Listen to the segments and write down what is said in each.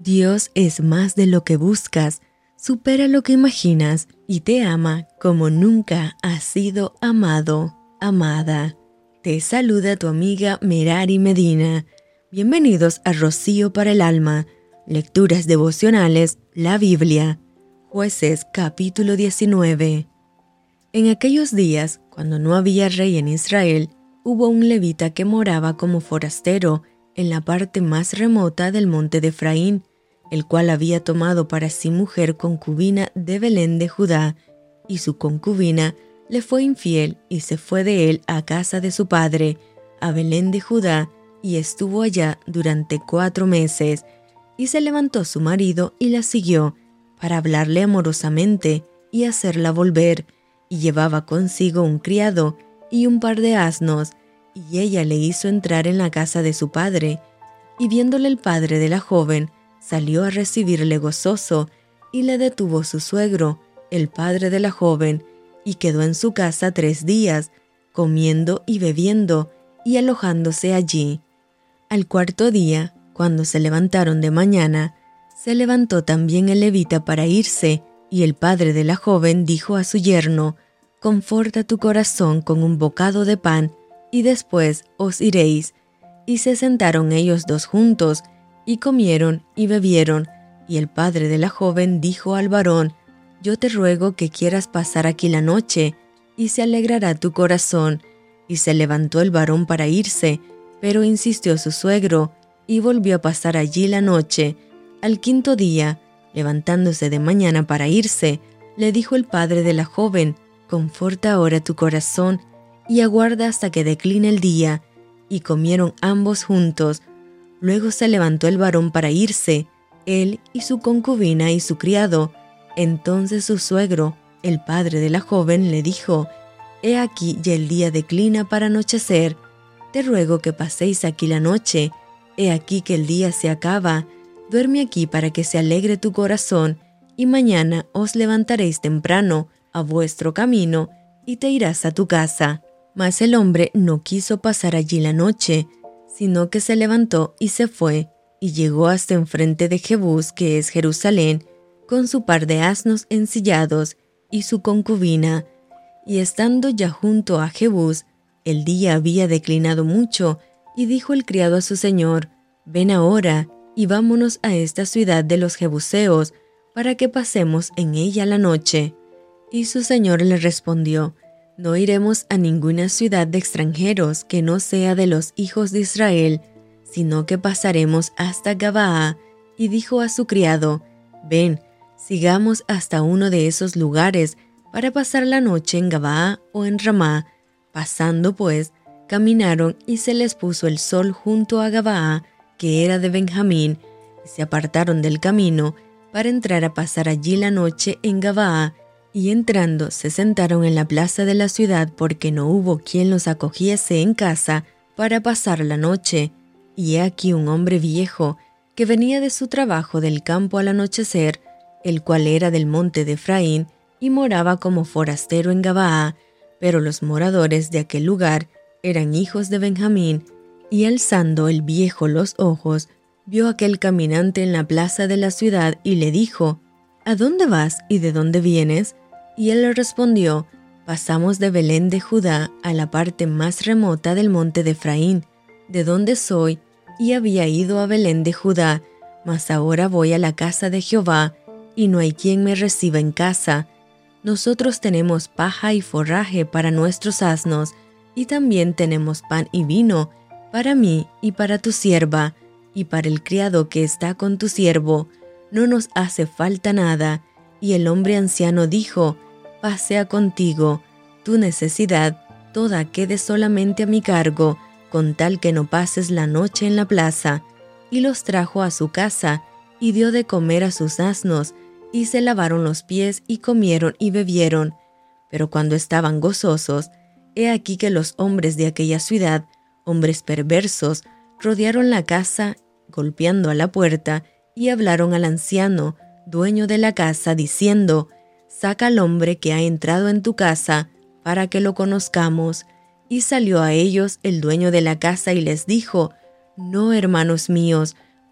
Dios es más de lo que buscas, supera lo que imaginas y te ama como nunca has sido amado, amada. Te saluda tu amiga Merari Medina. Bienvenidos a Rocío para el Alma, Lecturas Devocionales, la Biblia. Jueces capítulo 19. En aquellos días, cuando no había rey en Israel, hubo un levita que moraba como forastero en la parte más remota del monte de Efraín, el cual había tomado para sí mujer concubina de Belén de Judá, y su concubina le fue infiel y se fue de él a casa de su padre, a Belén de Judá, y estuvo allá durante 4 meses. Y se levantó su marido y la siguió, para hablarle amorosamente y hacerla volver, y llevaba consigo un criado y un par de asnos, y ella le hizo entrar en la casa de su padre. Y viéndole el padre de la joven, salió a recibirle gozoso, y le detuvo su suegro, el padre de la joven, y quedó en su casa 3 días, comiendo y bebiendo, y alojándose allí. Al 4.º día, cuando se levantaron de mañana, se levantó también el levita para irse, y el padre de la joven dijo a su yerno: «Conforta tu corazón con un bocado de pan, y después os iréis». Y se sentaron ellos dos juntos, y comieron y bebieron, y el padre de la joven dijo al varón: «Yo te ruego que quieras pasar aquí la noche, y se alegrará tu corazón». Y se levantó el varón para irse, pero insistió su suegro, y volvió a pasar allí la noche. Al 5.º día, levantándose de mañana para irse, le dijo el padre de la joven: «Conforta ahora tu corazón, y aguarda hasta que decline el día». Y comieron ambos juntos. Luego se levantó el varón para irse, él y su concubina y su criado. Entonces su suegro, el padre de la joven, le dijo: «He aquí ya el día declina para anochecer. Te ruego que paséis aquí la noche. He aquí que el día se acaba. Duerme aquí para que se alegre tu corazón, y mañana os levantaréis temprano a vuestro camino, y te irás a tu casa». Mas el hombre no quiso pasar allí la noche, sino que se levantó y se fue, y llegó hasta enfrente de Jebús, que es Jerusalén, con su par de asnos ensillados y su concubina. Y estando ya junto a Jebús, el día había declinado mucho, y dijo el criado a su señor: «Ven ahora, y vámonos a esta ciudad de los Jebuseos, para que pasemos en ella la noche». Y su señor le respondió: «No iremos a ninguna ciudad de extranjeros que no sea de los hijos de Israel, sino que pasaremos hasta Gabaa». Y dijo a su criado: «Ven, sigamos hasta uno de esos lugares para pasar la noche en Gabaa o en Ramá». Pasando pues, caminaron, y se les puso el sol junto a Gabaa, que era de Benjamín, y se apartaron del camino para entrar a pasar allí la noche en Gabaa. Y entrando se sentaron en la plaza de la ciudad, porque no hubo quien los acogiese en casa para pasar la noche. Y he aquí un hombre viejo, que venía de su trabajo del campo al anochecer, el cual era del monte de Efraín, y moraba como forastero en Gabaa. Pero los moradores de aquel lugar eran hijos de Benjamín. Y alzando el viejo los ojos, vio aquel caminante en la plaza de la ciudad, y le dijo: «¿A dónde vas y de dónde vienes?». Y él le respondió: «Pasamos de Belén de Judá a la parte más remota del monte de Efraín, de donde soy, y había ido a Belén de Judá, mas ahora voy a la casa de Jehová, y no hay quien me reciba en casa. Nosotros tenemos paja y forraje para nuestros asnos, y también tenemos pan y vino para mí y para tu sierva, y para el criado que está con tu siervo. No nos hace falta nada». Y el hombre anciano dijo: «Pasea contigo, tu necesidad toda quede solamente a mi cargo, con tal que no pases la noche en la plaza». Y los trajo a su casa, y dio de comer a sus asnos, y se lavaron los pies, y comieron y bebieron. Pero cuando estaban gozosos, he aquí que los hombres de aquella ciudad, hombres perversos, rodearon la casa, golpeando a la puerta, y hablaron al anciano, dueño de la casa, diciendo: «Saca al hombre que ha entrado en tu casa, para que lo conozcamos». Y salió a ellos el dueño de la casa y les dijo: «No, hermanos míos,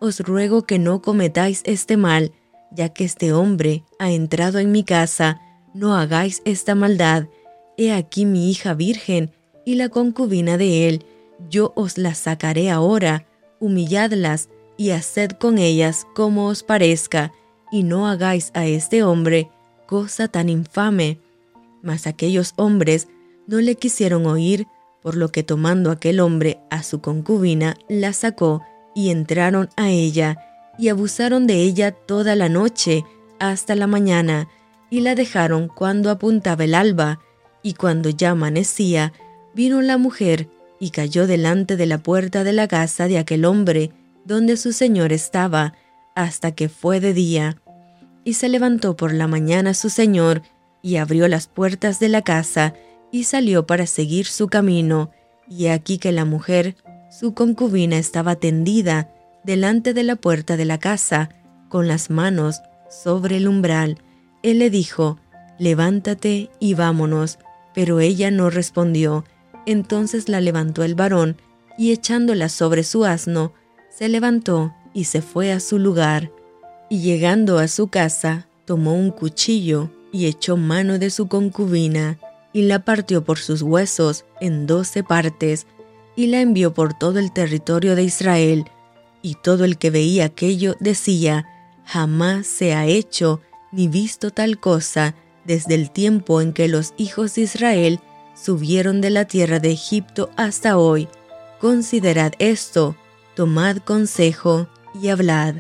os ruego que no cometáis este mal, ya que este hombre ha entrado en mi casa, no hagáis esta maldad. He aquí mi hija virgen y la concubina de él, yo os las sacaré ahora, humilladlas y haced con ellas como os parezca, y no hagáis a este hombre cosa tan infame. Mas aquellos hombres no le quisieron oír, por lo que tomando aquel hombre a su concubina, la sacó y entraron a ella, y abusaron de ella toda la noche hasta la mañana, y la dejaron cuando apuntaba el alba, y cuando ya amanecía, vino la mujer y cayó delante de la puerta de la casa de aquel hombre, donde su señor estaba, hasta que fue de día. Y se levantó por la mañana su señor, y abrió las puertas de la casa, y salió para seguir su camino, y aquí que la mujer, su concubina, estaba tendida delante de la puerta de la casa, con las manos sobre el umbral. Él le dijo: levántate y vámonos. Pero ella no respondió. Entonces la levantó el varón, y echándola sobre su asno, se levantó y se fue a su lugar. Y llegando a su casa, tomó un cuchillo y echó mano de su concubina, y la partió por sus huesos en 12 partes, y la envió por todo el territorio de Israel. Y todo el que veía aquello decía: jamás se ha hecho ni visto tal cosa desde el tiempo en que los hijos de Israel subieron de la tierra de Egipto hasta hoy. Considerad esto, tomad consejo y hablad.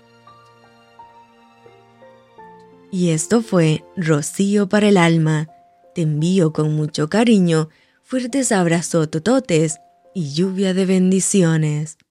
Y esto fue Rocío para el alma. Te envío con mucho cariño, fuertes abrazos tototes y lluvia de bendiciones.